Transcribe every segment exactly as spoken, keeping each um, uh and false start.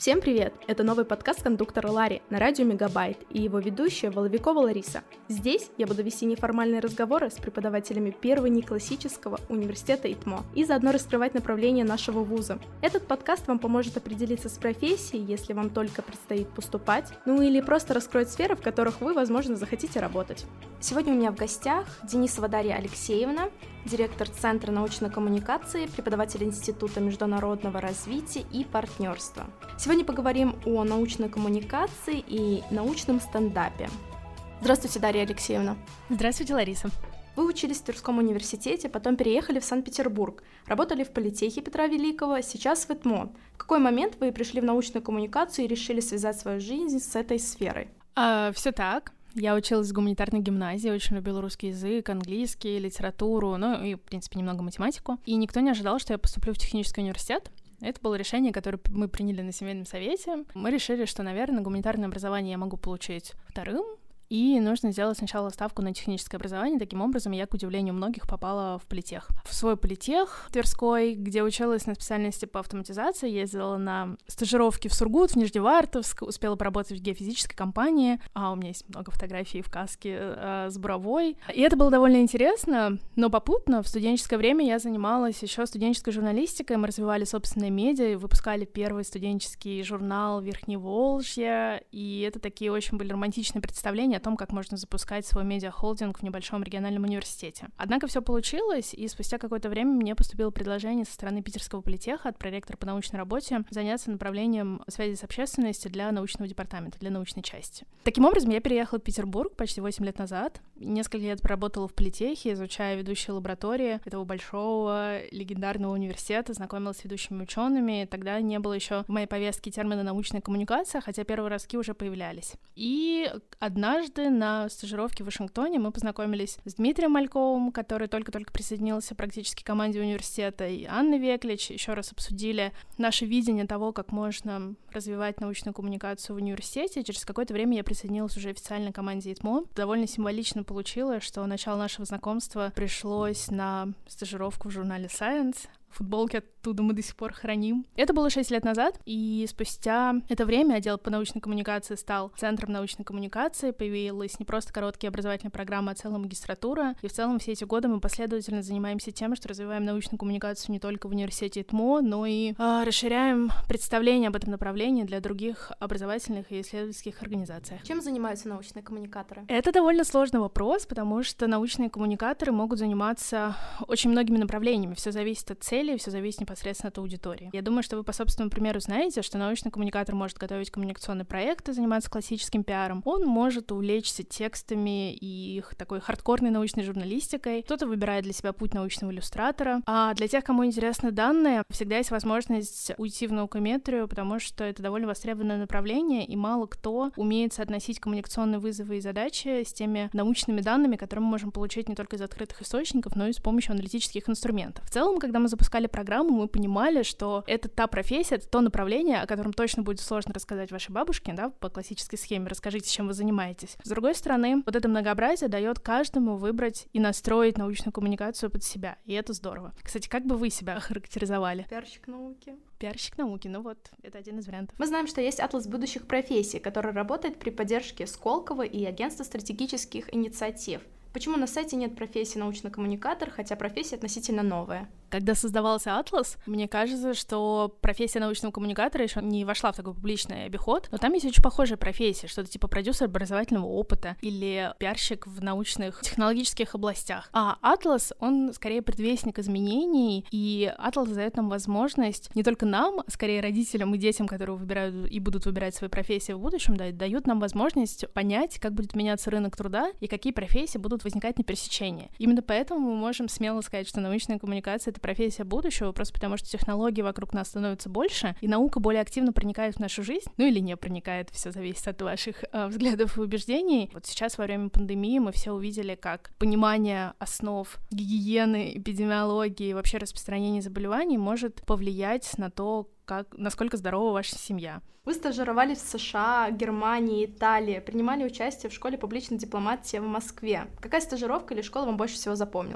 Всем привет! Это новый подкаст кондуктора Ларри на радио Мегабайт и его ведущая Воловикова Лариса. Здесь я буду вести неформальные разговоры с преподавателями первого неклассического университета ИТМО и заодно раскрывать направление нашего вуза. Этот подкаст вам поможет определиться с профессией, если вам только предстоит поступать, ну или просто раскроет сферы, в которых вы, возможно, захотите работать. Сегодня у меня в гостях Денисова Дарья Алексеевна, директор Центра научной коммуникации, преподаватель Института международного развития и партнерства. Сегодня поговорим о научной коммуникации и научном стендапе. Здравствуйте, Дарья Алексеевна. Здравствуйте, Лариса. Вы учились в Тверском университете, потом переехали в Санкт-Петербург, работали в политехе Петра Великого, сейчас в ИТМО. В какой момент вы пришли в научную коммуникацию и решили связать свою жизнь с этой сферой? А, все так. Я училась в гуманитарной гимназии, очень любила русский язык, английский, литературу, ну и, в принципе, немного математику. И никто не ожидал, что я поступлю в технический университет. Это было решение, которое мы приняли на семейном совете. Мы решили, что, наверное, гуманитарное образование я могу получить вторым, и нужно сделать сначала ставку на техническое образование. Таким образом, я, к удивлению многих, попала в политех. В свой политех Тверской, где училась на специальности по автоматизации, ездила на стажировки в Сургут, в Нижневартовск, успела поработать в геофизической компании, а у меня есть много фотографий в каске э, с буровой. И это было довольно интересно, но попутно в студенческое время я занималась еще студенческой журналистикой, мы развивали собственные медиа, выпускали первый студенческий журнал Верхневолжье, и это такие очень были романтичные представления о том, как можно запускать свой медиахолдинг в небольшом региональном университете. Однако все получилось, и спустя какое-то время мне поступило предложение со стороны Питерского политеха от проректора по научной работе заняться направлением связи с общественностью для научного департамента, для научной части. Таким образом, я переехала в Петербург почти восемь лет назад. Несколько лет проработала в политехе, изучая ведущие лаборатории этого большого легендарного университета, знакомилась с ведущими учеными. Тогда не было еще в моей повестке термина научная коммуникация, хотя первые ростки уже появлялись. И однажды Однажды на стажировке в Вашингтоне мы познакомились с Дмитрием Мальковым, который только-только присоединился практически к команде университета, и Анной Веклич. Еще раз обсудили наше видение того, как можно развивать научную коммуникацию в университете. Через какое-то время я присоединилась уже официально к команде ИТМО. Довольно символично получилось, что начало нашего знакомства пришлось на стажировку в журнале Science. Футболки оттуда мы до сих пор храним. Это было шесть лет назад, и спустя это время отдел по научной коммуникации стал центром научной коммуникации, появилась не просто короткие образовательные программы, а целая магистратура, и в целом все эти годы мы последовательно занимаемся тем, что развиваем научную коммуникацию не только в университете ИТМО, но и э, расширяем представление об этом направлении для других образовательных и исследовательских организаций. Чем занимаются научные коммуникаторы? Это довольно сложный вопрос, потому что научные коммуникаторы могут заниматься очень многими направлениями, все зависит от цели, и все зависит непосредственно от аудитории. Я думаю, что вы по собственному примеру знаете, что научный коммуникатор может готовить коммуникационные проекты, заниматься классическим пиаром, он может увлечься текстами и их такой хардкорной научной журналистикой, кто-то выбирает для себя путь научного иллюстратора, а для тех, кому интересны данные, всегда есть возможность уйти в наукометрию, потому что это довольно востребованное направление, и мало кто умеет соотносить коммуникационные вызовы и задачи с теми научными данными, которые мы можем получить не только из открытых источников, но и с помощью аналитических инструментов. В целом, когда мы запускали программу, мы понимали, что это та профессия, это то направление, о котором точно будет сложно рассказать вашей бабушке, да, по классической схеме, расскажите, чем вы занимаетесь. С другой стороны, вот это многообразие дает каждому выбрать и настроить научную коммуникацию под себя, и это здорово. Кстати, как бы вы себя характеризовали? Пиарщик науки. Пиарщик науки, ну вот, это один из вариантов. Мы знаем, что есть атлас будущих профессий, который работает при поддержке Сколково и Агентства стратегических инициатив. Почему на сайте нет профессии научный коммуникатор, хотя профессия относительно новая? Когда создавался атлас, мне кажется, что профессия научного коммуникатора еще не вошла в такой публичный обиход, но там есть очень похожая профессия, что-то типа продюсер образовательного опыта или пиарщик в научных технологических областях. А атлас, он скорее предвестник изменений, и атлас дает нам возможность, не только нам, а скорее родителям и детям, которые выбирают и будут выбирать свои профессии в будущем, да, дают нам возможность понять, как будет меняться рынок труда и какие профессии будут возникать на пересечении. Именно поэтому мы можем смело сказать, что научная коммуникация — это профессия будущего, просто потому что технологий вокруг нас становится больше, и наука более активно проникает в нашу жизнь, ну или не проникает, все зависит от ваших э, взглядов и убеждений. Вот сейчас во время пандемии мы все увидели, как понимание основ гигиены, эпидемиологии и вообще распространения заболеваний может повлиять на то, как, насколько здорова ваша семья. Вы стажировались в США, Германии, Италии, принимали участие в школе публичной дипломатии в Москве. Какая стажировка или школа вам больше всего запомнилась?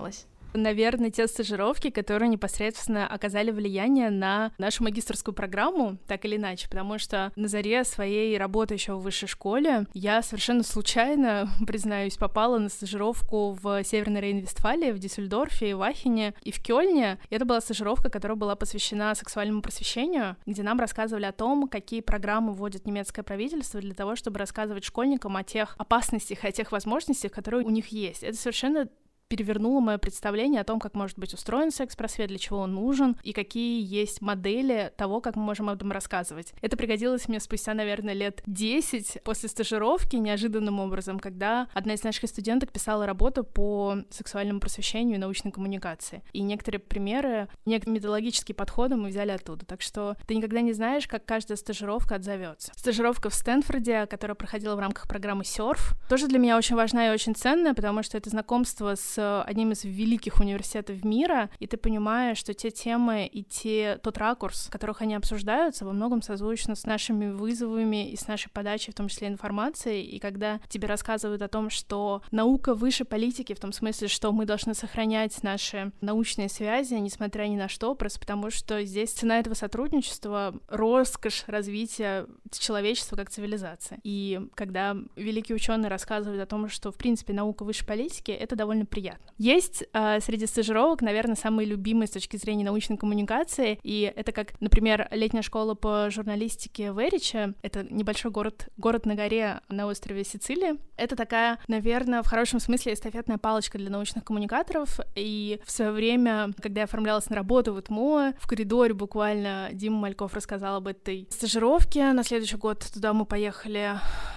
Наверное, те стажировки, которые непосредственно оказали влияние на нашу магистерскую программу, так или иначе, потому что на заре своей работы еще в высшей школе я совершенно случайно, признаюсь, попала на стажировку в Северной Рейн-Вестфалии, в Дюссельдорфе, в Ахене и в Кёльне. И это была стажировка, которая была посвящена сексуальному просвещению, где нам рассказывали о том, какие программы вводит немецкое правительство для того, чтобы рассказывать школьникам о тех опасностях, о тех возможностях, которые у них есть. Это совершенно перевернуло мое представление о том, как может быть устроен секс-просвет, для чего он нужен, и какие есть модели того, как мы можем об этом рассказывать. Это пригодилось мне спустя, наверное, лет десять после стажировки неожиданным образом, когда одна из наших студенток писала работу по сексуальному просвещению и научной коммуникации. И некоторые примеры, некоторые методологические подходы мы взяли оттуда. Так что ты никогда не знаешь, как каждая стажировка отзовется. Стажировка в Стэнфорде, которая проходила в рамках программы серф, тоже для меня очень важна и очень ценная, потому что это знакомство с одним из великих университетов мира, и ты понимаешь, что те темы и те, тот ракурс, в которых они обсуждаются, во многом созвучно с нашими вызовами и с нашей подачей, в том числе информации, и когда тебе рассказывают о том, что наука выше политики, в том смысле, что мы должны сохранять наши научные связи, несмотря ни на что, просто потому что здесь цена этого сотрудничества — роскошь развития человечества как цивилизации. И когда великие ученые рассказывают о том, что, в принципе, наука выше политики, это довольно приятно. Есть э, среди стажировок, наверное, самые любимые с точки зрения научной коммуникации, и это как, например, летняя школа по журналистике в Эриче, это небольшой город, город на горе на острове Сицилия. Это такая, наверное, в хорошем смысле эстафетная палочка для научных коммуникаторов, и в свое время, когда я оформлялась на работу в ИТМО, в коридоре буквально Дима Мальков рассказал об этой стажировке. На следующий год туда мы поехали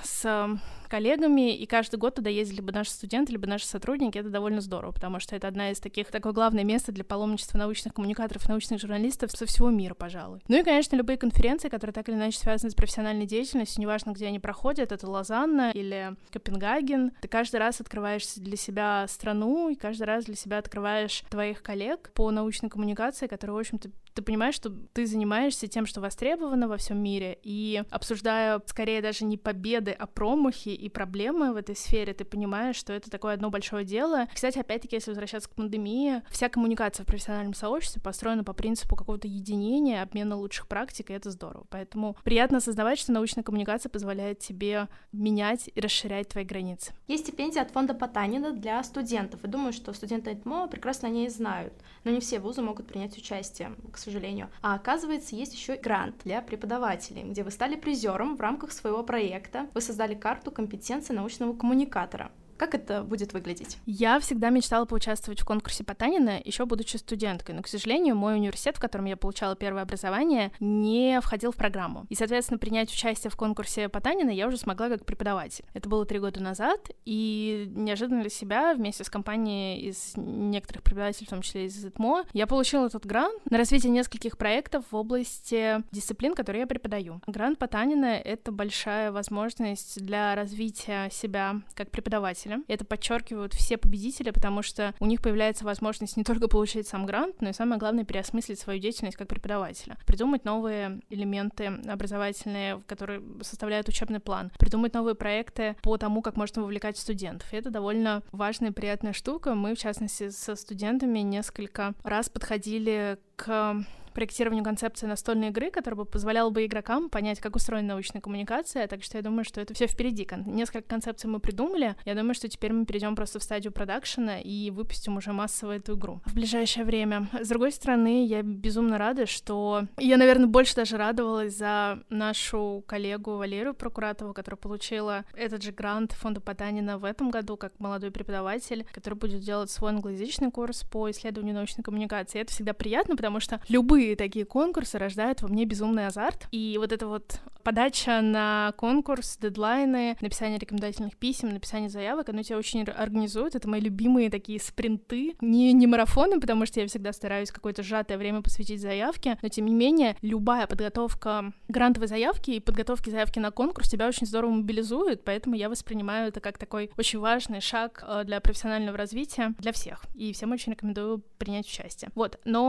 с коллегами, и каждый год туда ездили либо наши студенты, либо наши сотрудники. Это довольно здорово, потому что это одна из таких, такое главное место для паломничества научных коммуникаторов, научных журналистов со всего мира, пожалуй. Ну и, конечно, любые конференции, которые так или иначе связаны с профессиональной деятельностью, неважно, где они проходят, это Лозанна или Копенгаген. Ты каждый раз открываешь для себя страну, и каждый раз для себя открываешь твоих коллег по научной коммуникации, которые, в общем-то, ты понимаешь, что ты занимаешься тем, что востребовано во всем мире, и обсуждая, скорее, даже не победы, а промахи и проблемы в этой сфере, ты понимаешь, что это такое одно большое дело. Кстати, опять-таки, если возвращаться к пандемии, вся коммуникация в профессиональном сообществе построена по принципу какого-то единения, обмена лучших практик, и это здорово. Поэтому приятно осознавать, что научная коммуникация позволяет тебе менять и расширять твои границы. Есть стипендия от фонда Потанина для студентов, и думаю, что студенты ИТМО прекрасно о ней знают, но не все вузы могут принять участие, к сожалению. А оказывается, есть еще грант для преподавателей, где вы стали призером в рамках своего проекта, вы создали карту компетенций научного коммуникатора. Как это будет выглядеть? Я всегда мечтала поучаствовать в конкурсе Потанина, еще будучи студенткой, но, к сожалению, мой университет, в котором я получала первое образование, не входил в программу. И, соответственно, принять участие в конкурсе Потанина я уже смогла как преподаватель. Это было три года назад, и неожиданно для себя вместе с компанией из некоторых преподавателей, в том числе из ИТМО, я получила этот грант на развитие нескольких проектов в области дисциплин, которые я преподаю. Грант Потанина — это большая возможность для развития себя как преподавателя. Это подчеркивают все победители, потому что у них появляется возможность не только получить сам грант, но и самое главное — переосмыслить свою деятельность как преподавателя, придумать новые элементы образовательные, которые составляют учебный план, придумать новые проекты по тому, как можно вовлекать студентов. И это довольно важная и приятная штука. Мы, в частности, со студентами несколько раз подходили к проектированию концепции настольной игры, которая бы позволяла бы игрокам понять, как устроена научная коммуникация, так что я думаю, что это все впереди. Несколько концепций мы придумали, я думаю, что теперь мы перейдем просто в стадию продакшена и выпустим уже массово эту игру в ближайшее время. С другой стороны, я безумно рада, что... Я, наверное, больше даже радовалась за нашу коллегу Валерию Прокуратову, которая получила этот же грант фонда Потанина в этом году, как молодой преподаватель, который будет делать свой англоязычный курс по исследованию научной коммуникации. Это всегда приятно, потому что любые такие конкурсы рождают во мне безумный азарт. И вот эта вот подача на конкурс, дедлайны, написание рекомендательных писем, написание заявок, оно тебя очень организует. Это мои любимые такие спринты. Не, не марафоны, потому что я всегда стараюсь какое-то сжатое время посвятить заявке, но тем не менее любая подготовка грантовой заявки и подготовки заявки на конкурс тебя очень здорово мобилизует, поэтому я воспринимаю это как такой очень важный шаг для профессионального развития для всех. И всем очень рекомендую принять участие. Вот. Но наша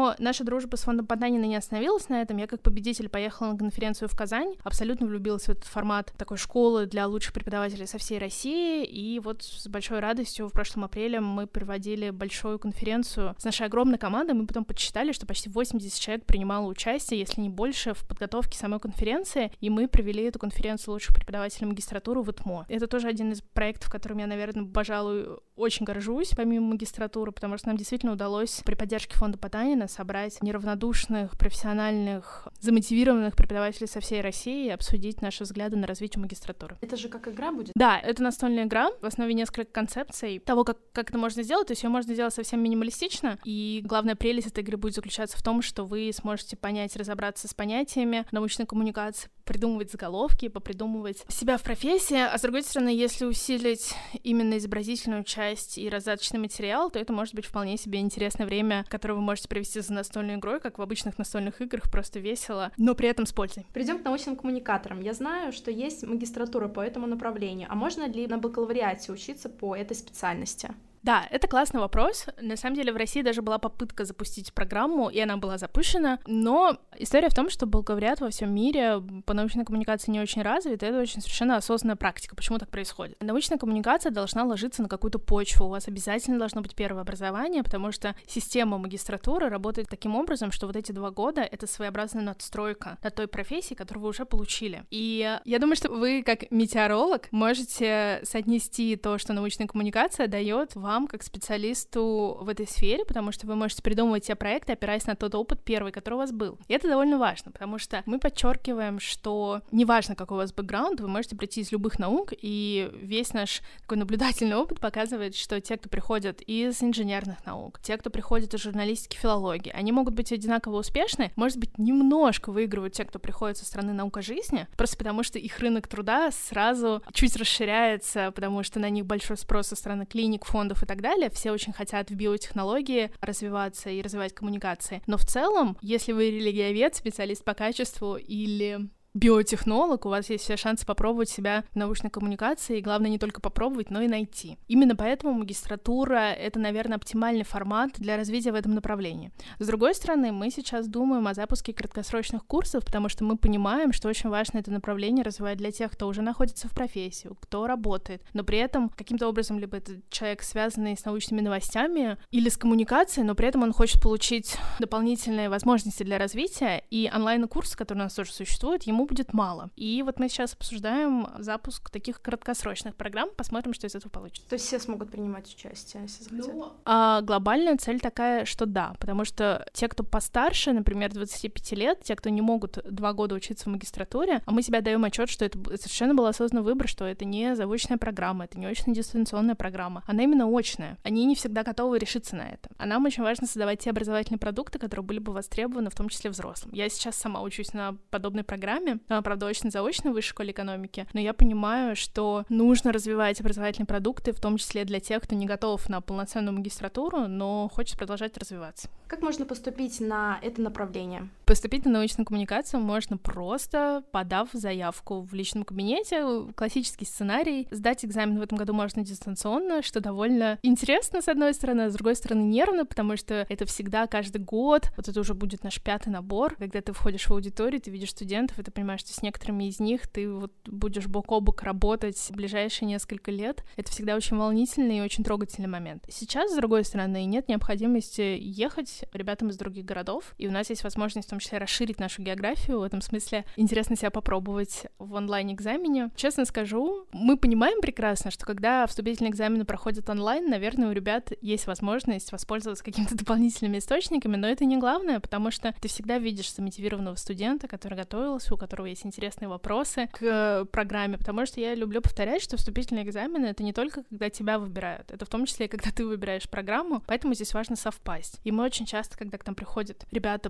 наша дружба с фондом Потанина не остановилась на этом. Я как победитель поехала на конференцию в Казань, абсолютно влюбилась в этот формат такой школы для лучших преподавателей со всей России, и вот с большой радостью в прошлом апреле мы проводили большую конференцию с нашей огромной командой. Мы потом подсчитали, что почти восемьдесят человек принимало участие, если не больше, в подготовке самой конференции, и мы провели эту конференцию лучших преподавателей магистратуры в ИТМО. Это тоже один из проектов, которым я, наверное, пожалуй, очень горжусь, помимо магистратуры, потому что нам действительно удалось при поддержке фонда Потанина собрать неравнодушных, профессиональных, замотивированных преподавателей со всей России и обсудить наши взгляды на развитие магистратуры. Это же как игра будет? Да, это настольная игра, в основе несколько концепций того, как, как это можно сделать, то есть ее можно сделать совсем минималистично, и главная прелесть этой игры будет заключаться в том, что вы сможете понять, разобраться с понятиями научной коммуникации, придумывать заголовки, попридумывать себя в профессии, а с другой стороны, если усилить именно изобразительную часть и раздаточный материал, то это может быть вполне себе интересное время, которое вы можете провести за настольной игрой, как в обычных настольных играх, просто весело, но при этом с пользой. Перейдем к научным коммуникаторам. Я знаю, что есть магистратура по этому направлению, а можно ли на бакалавриате учиться по этой специальности? Да, это классный вопрос. На самом деле в России даже была попытка запустить программу, и она была запущена, но история в том, что бакалавриат во всем мире по научной коммуникации не очень развит, и это очень совершенно осознанная практика. Почему так происходит? Научная коммуникация должна ложиться на какую-то почву, у вас обязательно должно быть первое образование, потому что система магистратуры работает таким образом, что вот эти два года — это своеобразная надстройка над той профессией, которую вы уже получили. И я думаю, что вы, как метеоролог, можете соотнести то, что научная коммуникация дает вам вам, как специалисту в этой сфере, потому что вы можете придумывать те проекты, опираясь на тот опыт первый, который у вас был. И это довольно важно, потому что мы подчеркиваем, что неважно, какой у вас бэкграунд, вы можете прийти из любых наук, и весь наш такой наблюдательный опыт показывает, что те, кто приходят из инженерных наук, те, кто приходят из журналистики, филологии, они могут быть одинаково успешны, может быть, немножко выигрывают те, кто приходит со стороны наука жизни, просто потому что их рынок труда сразу чуть расширяется, потому что на них большой спрос со стороны клиник, фондов и так далее. Все очень хотят в биотехнологии развиваться и развивать коммуникации. Но в целом, если вы религиовед, специалист по качеству или биотехнолог, у вас есть все шансы попробовать себя в научной коммуникации, и главное не только попробовать, но и найти. Именно поэтому магистратура — это, наверное, оптимальный формат для развития в этом направлении. С другой стороны, мы сейчас думаем о запуске краткосрочных курсов, потому что мы понимаем, что очень важно это направление развивать для тех, кто уже находится в профессии, кто работает, но при этом каким-то образом либо это человек, связанный с научными новостями или с коммуникацией, но при этом он хочет получить дополнительные возможности для развития, и онлайн-курс, который у нас тоже существует, ему будет мало. И вот мы сейчас обсуждаем запуск таких краткосрочных программ, посмотрим, что из этого получится. То есть все смогут принимать участие, если захотят? Ну, а глобальная цель такая, что да, потому что те, кто постарше, например, двадцати пяти лет, те, кто не могут два года учиться в магистратуре, а мы себя даем отчет, что это совершенно был осознанный выбор, что это не заочная программа, это не очно-дистанционная программа, она именно очная. Они не всегда готовы решиться на это. А нам очень важно создавать те образовательные продукты, которые были бы востребованы, в том числе взрослым. Я сейчас сама учусь на подобной программе, правда, очно-заочно в высшей школе экономики, но я понимаю, что нужно развивать образовательные продукты, в том числе для тех, кто не готов на полноценную магистратуру, но хочет продолжать развиваться. Как можно поступить на это направление? Поступить на научную коммуникацию можно просто, подав заявку в личном кабинете, классический сценарий. Сдать экзамен в этом году можно дистанционно, что довольно интересно, с одной стороны, а с другой стороны нервно, потому что это всегда каждый год, вот это уже будет наш пятый набор, когда ты входишь в аудиторию, ты видишь студентов, и ты понимаешь, что с некоторыми из них ты вот будешь бок о бок работать в ближайшие несколько лет. Это всегда очень волнительный и очень трогательный момент. Сейчас, с другой стороны, нет необходимости ехать ребятам из других городов, и у нас есть возможность в том числе расширить нашу географию. В этом смысле интересно себя попробовать в онлайн-экзамене. Честно скажу, мы понимаем прекрасно, что когда вступительные экзамены проходят онлайн, наверное, у ребят есть возможность воспользоваться какими-то дополнительными источниками, но это не главное, потому что ты всегда видишь замотивированного студента, который готовился, у которого есть интересные вопросы к программе, потому что я люблю повторять, что вступительные экзамены — это не только когда тебя выбирают, это в том числе и когда ты выбираешь программу, поэтому здесь важно совпасть. И мы очень часто, когда к нам приходят ребята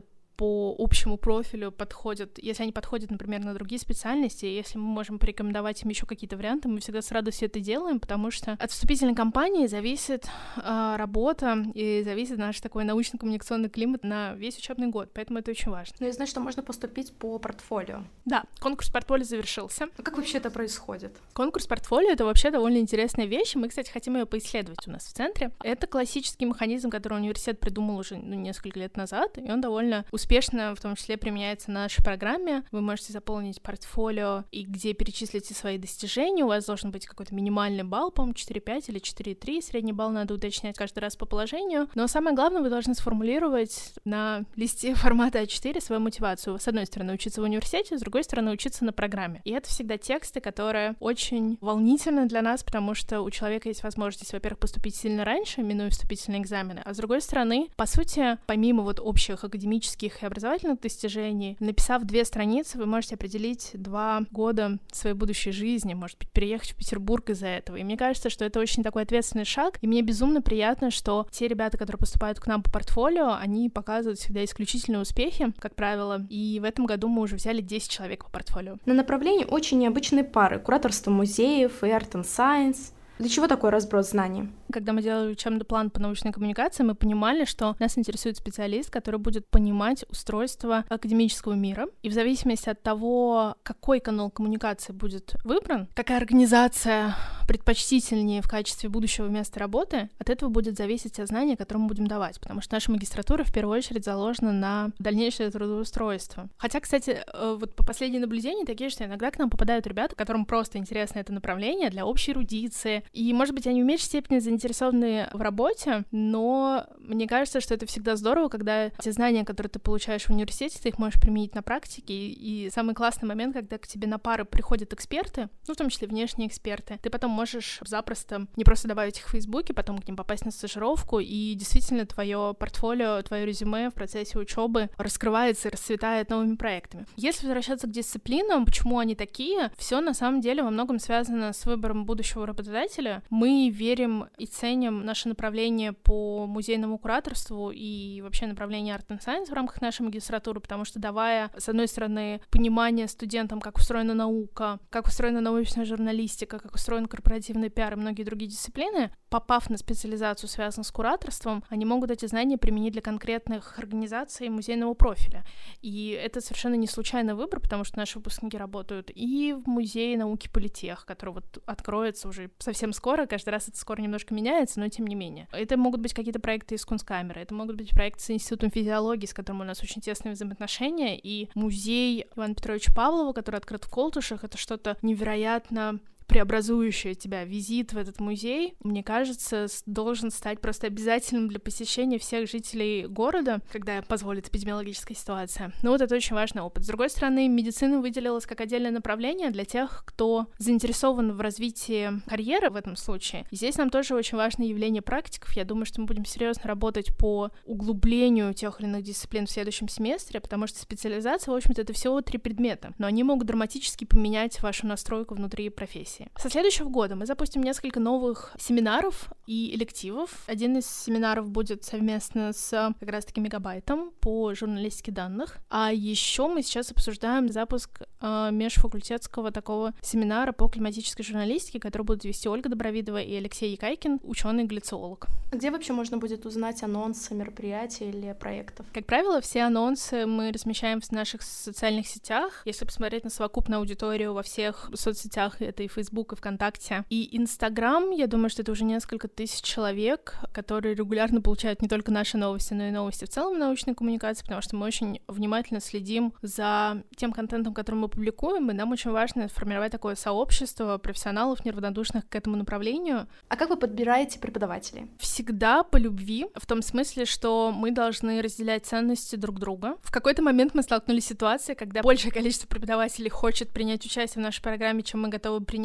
по общему профилю подходят, если они подходят, например, на другие специальности, если мы можем порекомендовать им еще какие-то варианты, мы всегда с радостью это делаем, потому что от вступительной кампании зависит э, работа и зависит наш такой научно-коммуникационный климат на весь учебный год, поэтому это очень важно. Ну, я знаю, что можно поступить по портфолио. Да, конкурс портфолио завершился. А как вообще это происходит? Конкурс портфолио — это вообще довольно интересная вещь, и мы, кстати, хотим ее поисследовать у нас в центре. Это классический механизм, который университет придумал уже ну, несколько лет назад, и он довольно успешно, в том числе, применяется на нашей программе. Вы можете заполнить портфолио, и где перечислите свои достижения. У вас должен быть какой-то минимальный балл, по-моему, четыре пять или четыре три. Средний балл надо уточнять каждый раз по положению. Но самое главное, вы должны сформулировать на листе формата а четыре свою мотивацию. С одной стороны, учиться в университете, с другой стороны, учиться на программе. И это всегда тексты, которые очень волнительны для нас, потому что у человека есть возможность, во-первых, поступить сильно раньше, минуя вступительные экзамены, а с другой стороны, по сути, помимо вот общих академических и образовательных достижений, написав две страницы, вы можете определить два года своей будущей жизни, может быть, переехать в Петербург из-за этого. И мне кажется, что это очень такой ответственный шаг, и мне безумно приятно, что те ребята, которые поступают к нам по портфолио, они показывают всегда исключительные успехи, как правило, и в этом году мы уже взяли десять человек по портфолио. На направлении очень необычные пары: кураторство музеев и Art and Science. Для чего такой разброс знаний? Когда мы делали учебный план по научной коммуникации, мы понимали, что нас интересует специалист, который будет понимать устройство академического мира. И в зависимости от того, какой канал коммуникации будет выбран, какая организация предпочтительнее в качестве будущего места работы, от этого будет зависеть те знания, которые мы будем давать. Потому что наша магистратура в первую очередь заложена на дальнейшее трудоустройство. Хотя, кстати, вот по последним наблюдениям такие, что иногда к нам попадают ребята, которым просто интересно это направление для общей эрудиции. И, может быть, они в меньшей степени заинтересованы в работе, но мне кажется, что это всегда здорово, когда те знания, которые ты получаешь в университете, ты их можешь применить на практике. И самый классный момент, когда к тебе на пары приходят эксперты, ну, в том числе внешние эксперты, ты потом можешь запросто не просто добавить их в Фейсбуке, потом к ним попасть на стажировку, и действительно твое портфолио, твое резюме в процессе учебы раскрывается и расцветает новыми проектами. Если возвращаться к дисциплинам, почему они такие, все на самом деле во многом связано с выбором будущего работодателя. Мы верим и ценим наше направление по музейному кураторству и вообще направление Art and Science в рамках нашей магистратуры, потому что давая, с одной стороны, понимание студентам, как устроена наука, как устроена научная журналистика, как устроен корпоративный пиар и многие другие дисциплины, попав на специализацию, связанную с кураторством, они могут эти знания применить для конкретных организаций музейного профиля. И это совершенно не случайный выбор, потому что наши выпускники работают и в Музее науки Политех, который вот откроется уже совсем скоро, каждый раз это скоро немножко меняется, но тем не менее. Это могут быть какие-то проекты из Кунсткамеры, это могут быть проекты с Институтом физиологии, с которым у нас очень тесные взаимоотношения, и музей Ивана Петровича Павлова, который открыт в Колтушах, это что-то невероятно преобразующее тебя. Визит в этот музей, мне кажется, должен стать просто обязательным для посещения всех жителей города, когда позволит эпидемиологическая ситуация. Но вот это очень важный опыт. С другой стороны, медицина выделилась как отдельное направление для тех, кто заинтересован в развитии карьеры в этом случае. И здесь нам тоже очень важно явление практиков. Я думаю, что мы будем серьезно работать по углублению тех или иных дисциплин в следующем семестре, потому что специализация, в общем-то, это всего три предмета, но они могут драматически поменять вашу настройку внутри профессии. Со следующего года мы запустим несколько новых семинаров и элективов. Один из семинаров будет совместно с как раз-таки Мегабайтом по журналистике данных, а еще мы сейчас обсуждаем запуск э, межфакультетского такого семинара по климатической журналистике, который будут вести Ольга Добровидова и Алексей Якайкин, ученый-глициолог. Где вообще можно будет узнать анонсы мероприятий или проектов? Как правило, все анонсы мы размещаем в наших социальных сетях. Если посмотреть на совокупную аудиторию во всех соцсетях, это и Facebook, и ВКонтакте, и Инстаграм, я думаю, что это уже несколько тысяч человек, которые регулярно получают не только наши новости, но и новости в целом научной коммуникации, потому что мы очень внимательно следим за тем контентом, который мы публикуем, и нам очень важно формировать такое сообщество профессионалов, неравнодушных к этому направлению. А как вы подбираете преподавателей? Всегда по любви, в том смысле, что мы должны разделять ценности друг друга. В какой-то момент мы столкнулись с ситуацией, когда большее количество преподавателей хочет принять участие в нашей программе, чем мы готовы принять,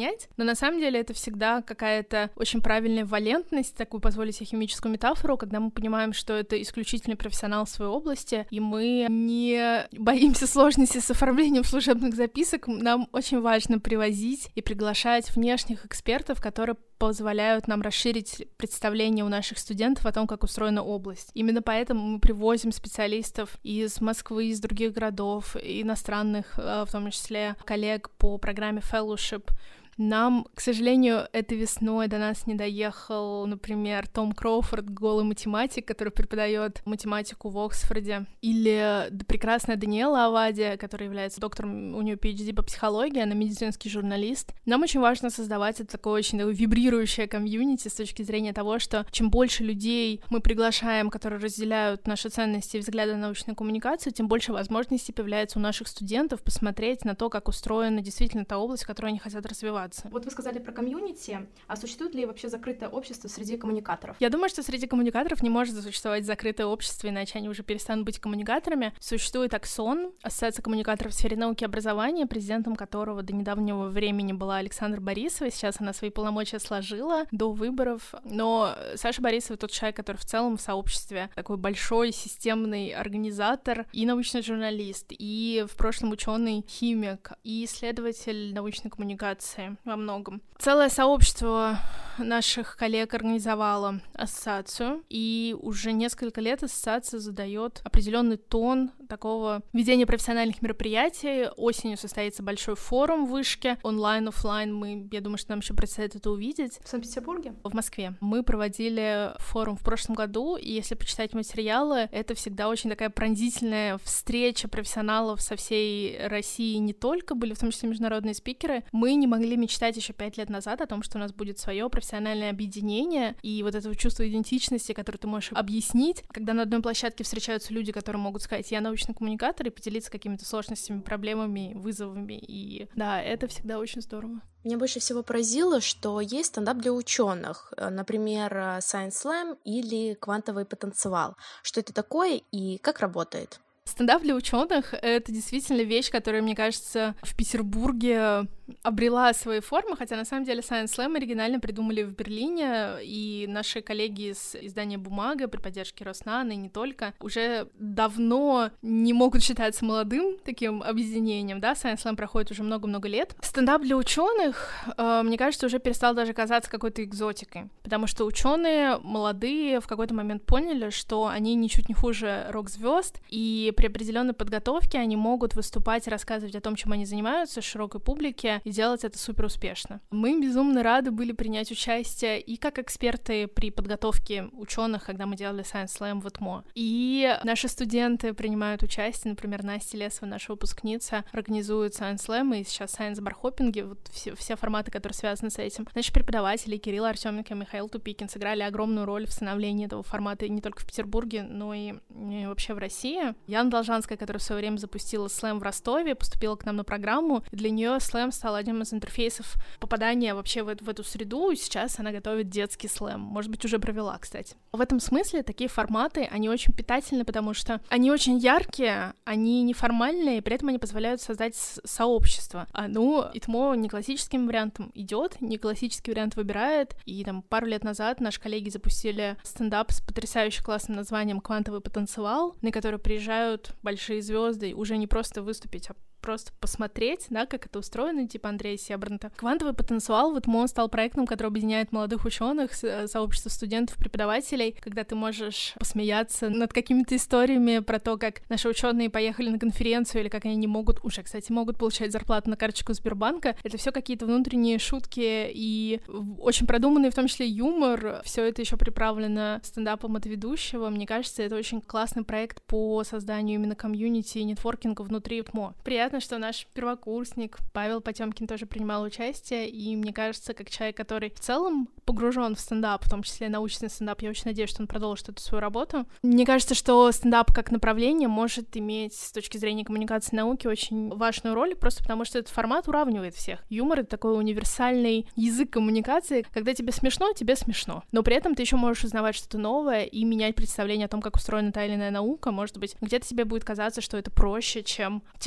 понять, но на самом деле это всегда какая-то очень правильная валентность, такую позволить себе химическую метафору, когда мы понимаем, что это исключительный профессионал в своей области, и мы не боимся сложностей с оформлением служебных записок. Нам очень важно привозить и приглашать внешних экспертов, которые позволяют нам расширить представление у наших студентов о том, как устроена область. Именно поэтому мы привозим специалистов из Москвы, из других городов, иностранных, в том числе коллег по программе Fellowship. Нам, к сожалению, этой весной до нас не доехал, например, Том Кроуфорд, голый математик, который преподает математику в Оксфорде, или прекрасная Даниэла Авади, которая является доктором, у нее пи эйч ди по психологии, она медицинский журналист. Нам очень важно создавать это такое очень такое вибрирующее комьюнити с точки зрения того, что чем больше людей мы приглашаем, которые разделяют наши ценности и взгляды на научную коммуникацию, тем больше возможностей появляется у наших студентов посмотреть на то, как устроена действительно та область, в которой они хотят развиваться. Вот вы сказали про комьюнити, а существует ли вообще закрытое общество среди коммуникаторов? Я думаю, что среди коммуникаторов не может существовать закрытое общество, иначе они уже перестанут быть коммуникаторами. Существует Аксон, Ассоциация коммуникаторов в сфере науки и образования, президентом которого до недавнего времени была Александра Борисова, сейчас она свои полномочия сложила до выборов, но Саша Борисова тот человек, который в целом в сообществе такой большой системный организатор и научный журналист, и в прошлом ученый-химик, и исследователь научной коммуникации во многом. Целое сообщество наших коллег организовало ассоциацию, и уже несколько лет ассоциация задает определенный тон такого ведения профессиональных мероприятий. Осенью состоится большой форум в Вышке, онлайн, офлайн. Мы, я думаю, что нам еще предстоит это увидеть. В Санкт-Петербурге? В Москве. Мы проводили форум в прошлом году, и если почитать материалы, это всегда очень такая пронзительная встреча профессионалов со всей России, не только, были в том числе международные спикеры. Мы не могли мечтать еще пять лет назад о том, что у нас будет свое профессиональное объединение, и вот этого чувства идентичности, которое ты можешь объяснить, когда на одной площадке встречаются люди, которые могут сказать: я научный коммуникатор, и поделиться какими-то сложностями, проблемами, вызовами, и да, это всегда очень здорово. Меня больше всего поразило, что есть стендап для ученых, например, Science Slam или квантовый потенциал. Что это такое и как работает? Стендап для ученых — это действительно вещь, которая, мне кажется, в Петербурге обрела свои формы, хотя на самом деле Science Slam оригинально придумали в Берлине, и наши коллеги из издания «Бумага» при поддержке Роснано и не только уже давно не могут считаться молодым таким объединением, да, Science Slam проходит уже много-много лет. Стендап для ученых, э, мне кажется, уже перестал даже казаться какой-то экзотикой, потому что ученые молодые в какой-то момент поняли, что они ничуть не хуже рок-звезд, и при определенной подготовке они могут выступать и рассказывать о том, чем они занимаются, широкой публике, и делать это супер успешно. Мы безумно рады были принять участие и как эксперты при подготовке ученых, когда мы делали Science Slam в ИТМО. И наши студенты принимают участие, например, Настя Лесова, наша выпускница, организует Science Slam, и сейчас Science бархоппинги, вот все, все форматы, которые связаны с этим. Наши преподаватели Кирилл Артёменко и Михаил Тупикин сыграли огромную роль в становлении этого формата не только в Петербурге, но и, и вообще в России. Яна Должанская, которая в свое время запустила слэм в Ростове, поступила к нам на программу, и для нее слэм стал одним из интерфейсов попадания вообще в, в эту среду, и сейчас она готовит детский слэм. Может быть, уже провела, кстати. В этом смысле такие форматы, они очень питательны, потому что они очень яркие, они неформальные, и при этом они позволяют создать сообщество. А, ну, ИТМО не классическим вариантом идет, не классический вариант выбирает, и там пару лет назад наши коллеги запустили стендап с потрясающе классным названием «Квантовый потенциал», на который приезжают большие звезды уже не просто выступить, а просто посмотреть, да, как это устроено, типа Андрея Себранта. Квантовый потенциал в ИТМО стал проектом, который объединяет молодых ученых, сообщество студентов, преподавателей, когда ты можешь посмеяться над какими-то историями про то, как наши ученые поехали на конференцию, или как они не могут, уже, кстати, могут получать зарплату на карточку Сбербанка. Это все какие-то внутренние шутки и очень продуманный, в том числе, юмор. Все это еще приправлено стендапом от ведущего. Мне кажется, это очень классный проект по созданию именно комьюнити и нетворкинга внутри ИТМО. Приятно, что наш первокурсник Павел Потемкин тоже принимал участие, и мне кажется, как человек, который в целом погружен в стендап, в том числе научный стендап, я очень надеюсь, что он продолжит эту свою работу. Мне кажется, что стендап как направление может иметь с точки зрения коммуникации науки очень важную роль, просто потому что этот формат уравнивает всех. Юмор — это такой универсальный язык коммуникации, когда тебе смешно, тебе смешно, но при этом ты еще можешь узнавать что-то новое и менять представление о том, как устроена та или иная наука. Может быть, где-то тебе будет казаться, что это проще, чем тебе казалось,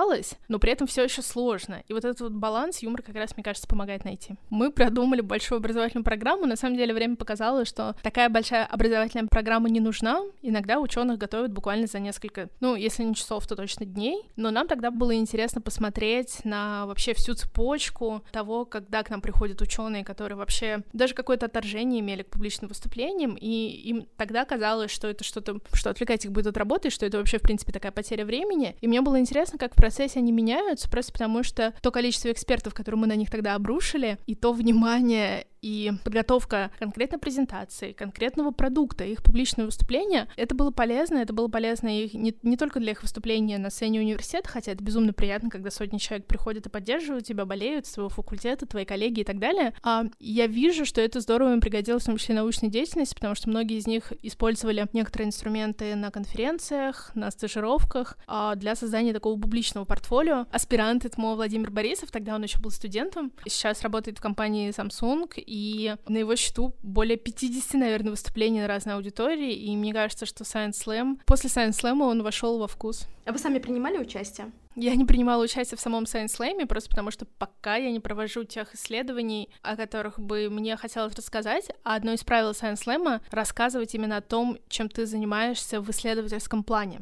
казалось, но при этом все еще сложно. И вот этот вот баланс юмор как раз, мне кажется, помогает найти. Мы продумали большую образовательную программу. На самом деле время показало, что такая большая образовательная программа не нужна. Иногда ученых готовят буквально за несколько, ну, если не часов, то точно дней. Но нам тогда было интересно посмотреть на вообще всю цепочку того, когда к нам приходят ученые, которые вообще даже какое-то отторжение имели к публичным выступлениям, и им тогда казалось, что это что-то, что отвлекать их будет от работы, что это вообще, в принципе, такая потеря времени. И мне было интересно, как в процессе они меняются, просто потому что то количество экспертов, которые мы на них тогда обрушили, и то внимание и подготовка конкретной презентации, конкретного продукта, их публичное выступление, это было полезно, это было полезно их, не, не только для их выступления на сцене университета, хотя это безумно приятно, когда сотни человек приходят и поддерживают тебя, болеют с твоего факультета, твои коллеги и так далее. А я вижу, что это здорово им пригодилось в том числе научной деятельности, потому что многие из них использовали некоторые инструменты на конференциях, на стажировках а для создания такого публичного портфолио. Аспирант ИТМО Владимир Борисов, тогда он еще был студентом, сейчас работает в компании Samsung, и на его счету более пятьдесят, наверное, выступлений на разной аудитории, и мне кажется, что Science Slam, после Science Slam он вошел во вкус. А вы сами принимали участие? Я не принимала участие в самом Science Slam, просто потому что пока я не провожу тех исследований, о которых бы мне хотелось рассказать, а одно из правил Science Slam — рассказывать именно о том, чем ты занимаешься в исследовательском плане.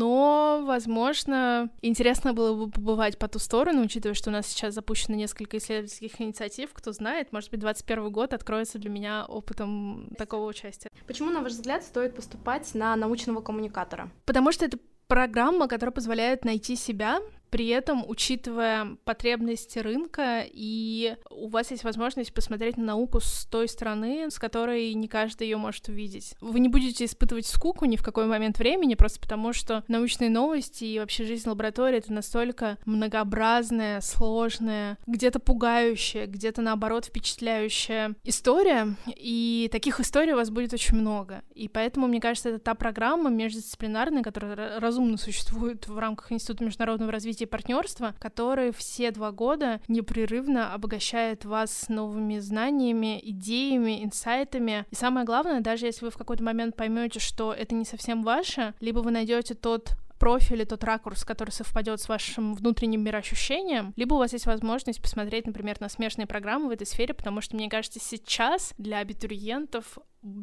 Но, возможно, интересно было бы побывать по ту сторону, учитывая, что у нас сейчас запущено несколько исследовательских инициатив, кто знает, может быть, двадцать первый год откроется для меня опытом такого участия. Почему, на ваш взгляд, стоит поступать на научного коммуникатора? Потому что это программа, которая позволяет найти себя, при этом учитывая потребности рынка, и у вас есть возможность посмотреть на науку с той стороны, с которой не каждый ее может увидеть. Вы не будете испытывать скуку ни в какой момент времени, просто потому что научные новости и вообще жизнь лаборатории — это настолько многообразная, сложная, где-то пугающая, где-то, наоборот, впечатляющая история, и таких историй у вас будет очень много. И поэтому, мне кажется, это та программа междисциплинарная, которая разумно существует в рамках Института международного развития и партнерства, который все два года непрерывно обогащает вас новыми знаниями, идеями, инсайтами. И самое главное, даже если вы в какой-то момент поймете, что это не совсем ваше, либо вы найдете тот профиль или тот ракурс, который совпадет с вашим внутренним мироощущением, либо у вас есть возможность посмотреть, например, на смежные программы в этой сфере, потому что, мне кажется, сейчас для абитуриентов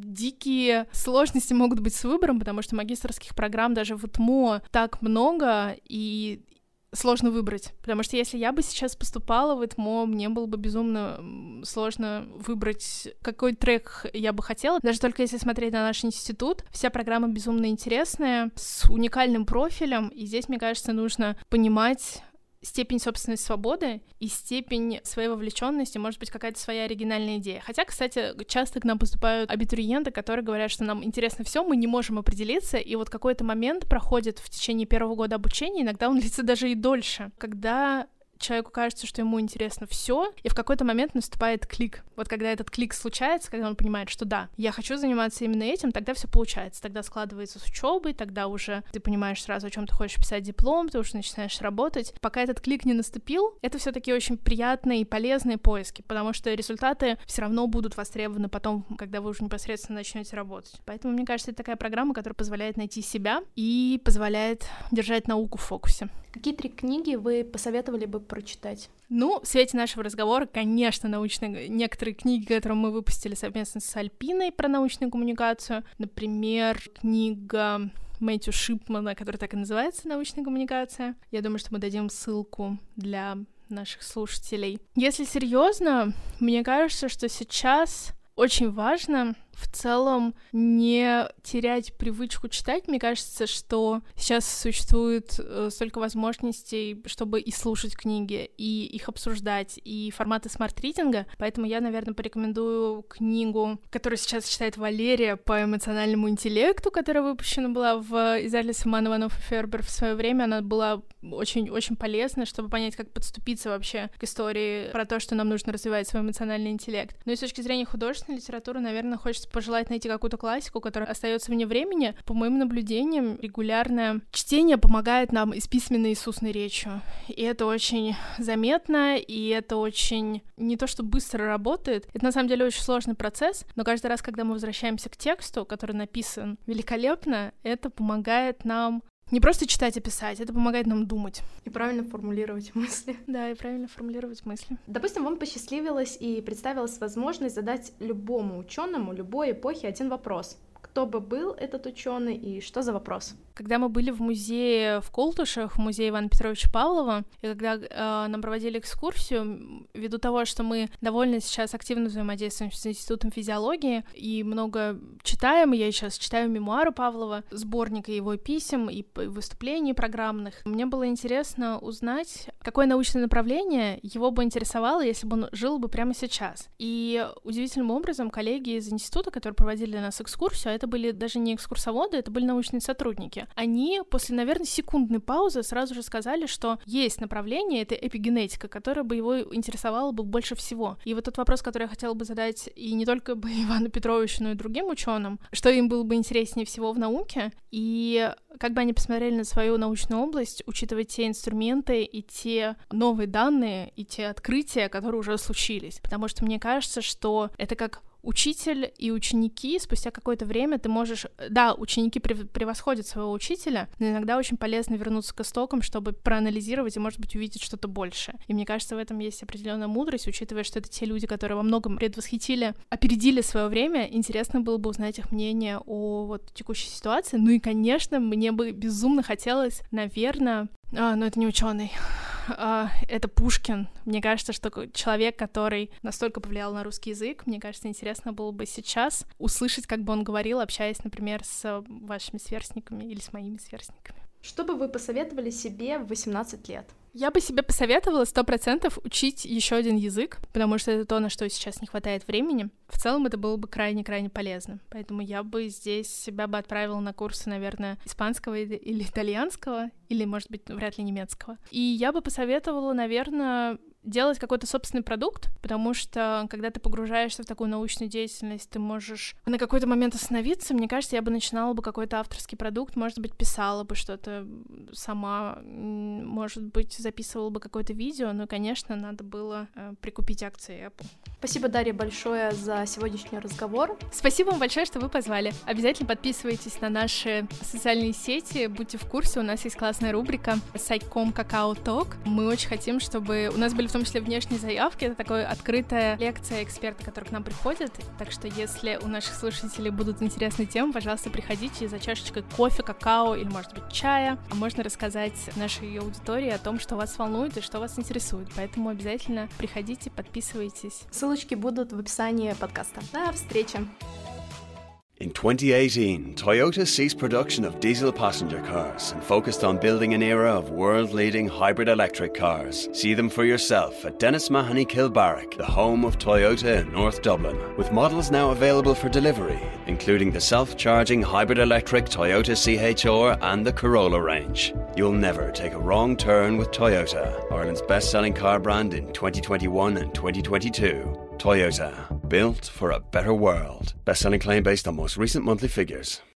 дикие сложности могут быть с выбором, потому что магистерских программ даже в ИТМО так много, и сложно выбрать, потому что если я бы сейчас поступала в ИТМО, мне было бы безумно сложно выбрать, какой трек я бы хотела. Даже только если смотреть на наш институт, вся программа безумно интересная, с уникальным профилем, и здесь, мне кажется, нужно понимать степень собственной свободы и степень своей вовлеченности, может быть, какая-то своя оригинальная идея. Хотя, кстати, часто к нам поступают абитуриенты, которые говорят, что нам интересно все, мы не можем определиться, и вот какой-то момент проходит в течение первого года обучения, иногда он длится даже и дольше, когда человеку кажется, что ему интересно все, и в какой-то момент наступает клик. Вот когда этот клик случается, когда он понимает, что да, я хочу заниматься именно этим, тогда все получается, тогда складывается с учебой, тогда уже ты понимаешь сразу, о чем ты хочешь писать диплом, ты уже начинаешь работать. Пока этот клик не наступил, это все-таки очень приятные и полезные поиски, потому что результаты все равно будут востребованы потом, когда вы уже непосредственно начнете работать. Поэтому, мне кажется, это такая программа, которая позволяет найти себя и позволяет держать науку в фокусе. Какие три книги вы посоветовали бы прочитать? Ну, в свете нашего разговора, конечно, научные некоторые книги, которые мы выпустили совместно с Альпиной про научную коммуникацию. Например, книга Мэтью Шипмана, которая так и называется «Научная коммуникация». Я думаю, что мы дадим ссылку для наших слушателей. Если серьезно, мне кажется, что сейчас очень важно в целом не терять привычку читать. Мне кажется, что сейчас существует столько возможностей, чтобы и слушать книги, и их обсуждать, и форматы смарт-ридинга, поэтому я, наверное, порекомендую книгу, которую сейчас читает Валерия по эмоциональному интеллекту, которая выпущена была в издательстве Ман, Иванов и Фербер в свое время. Она была очень-очень полезна, чтобы понять, как подступиться вообще к истории про то, что нам нужно развивать свой эмоциональный интеллект. Но и с точки зрения художественной литературы, наверное, хочется пожелать найти какую-то классику, которая остается вне времени. По моим наблюдениям, регулярное чтение помогает нам и с письменной, и с устной речью. И это очень заметно, и это очень не то, что быстро работает. Это на самом деле очень сложный процесс, но каждый раз, когда мы возвращаемся к тексту, который написан великолепно, это помогает нам не просто читать и писать, это помогает нам думать. И правильно формулировать мысли. Да, и правильно формулировать мысли. Допустим, вам посчастливилось и представилась возможность задать любому ученому любой эпохи один вопрос. Кто бы был этот ученый и что за вопрос? Когда мы были в музее в Колтушах, в музее Ивана Петровича Павлова, и когда э, нам проводили экскурсию, ввиду того, что мы довольно сейчас активно взаимодействуем с Институтом физиологии и много читаем, я сейчас читаю мемуары Павлова, сборник его писем и выступлений программных, мне было интересно узнать, какое научное направление его бы интересовало, если бы он жил бы прямо сейчас. И удивительным образом коллеги из института, которые проводили для нас экскурсию, а это были даже не экскурсоводы, это были научные сотрудники, они после, наверное, секундной паузы сразу же сказали, что есть направление, это эпигенетика, которое бы его интересовало бы больше всего. И вот тот вопрос, который я хотела бы задать и не только бы Ивану Петровичу, но и другим ученым, что им было бы интереснее всего в науке, и как бы они посмотрели на свою научную область, учитывая те инструменты и те новые данные, и те открытия, которые уже случились. Потому что мне кажется, что это как учитель и ученики, спустя какое-то время ты можешь... Да, ученики превосходят своего учителя, но иногда очень полезно вернуться к истокам, чтобы проанализировать и, может быть, увидеть что-то большее. И мне кажется, в этом есть определенная мудрость, учитывая, что это те люди, которые во многом предвосхитили, опередили свое время. Интересно было бы узнать их мнение о вот текущей ситуации. Ну и, конечно, мне бы безумно хотелось, наверное... А, но это не ученый. А, это Пушкин. Мне кажется, что человек, который настолько повлиял на русский язык, мне кажется, интересно было бы сейчас услышать, как бы он говорил, общаясь, например, с вашими сверстниками или с моими сверстниками. Что бы вы посоветовали себе в восемнадцать лет? Я бы себе посоветовала сто процентов учить еще один язык, потому что это то, на что сейчас не хватает времени. В целом это было бы крайне-крайне полезно. Поэтому я бы здесь себя бы отправила на курсы, наверное, испанского или итальянского, или, может быть, вряд ли немецкого. И я бы посоветовала, наверное, делать какой-то собственный продукт, потому что, когда ты погружаешься в такую научную деятельность, ты можешь на какой-то момент остановиться. Мне кажется, я бы начинала бы какой-то авторский продукт, может быть, писала бы что-то сама, может быть, записывала бы какое-то видео, но, конечно, надо было э, прикупить акции Apple. Спасибо, Дарья, большое за сегодняшний разговор. Спасибо вам большое, что вы позвали. Обязательно подписывайтесь на наши социальные сети, будьте в курсе, у нас есть классная рубрика Сайком Какао Ток. Мы очень хотим, чтобы у нас были в том числе внешние заявки. Это такая открытая лекция эксперта, который к нам приходит. Так что если у наших слушателей будут интересные темы, пожалуйста, приходите за чашечкой кофе, какао или, может быть, чая. А можно рассказать нашей аудитории о том, что вас волнует и что вас интересует. Поэтому обязательно приходите, подписывайтесь. Ссылочки будут в описании подкаста. До встречи! In twenty eighteen, Toyota ceased production of diesel passenger cars and focused on building an era of world-leading hybrid electric cars. See them for yourself at Dennis Mahoney Kilbarrack, the home of Toyota in North Dublin, with models now available for delivery, including the self-charging hybrid electric Toyota C H R and the Corolla range. You'll never take a wrong turn with Toyota, Ireland's best-selling car brand in twenty twenty-one and twenty twenty-two. Toyota, built for a better world. Best-selling claim based on most recent monthly figures.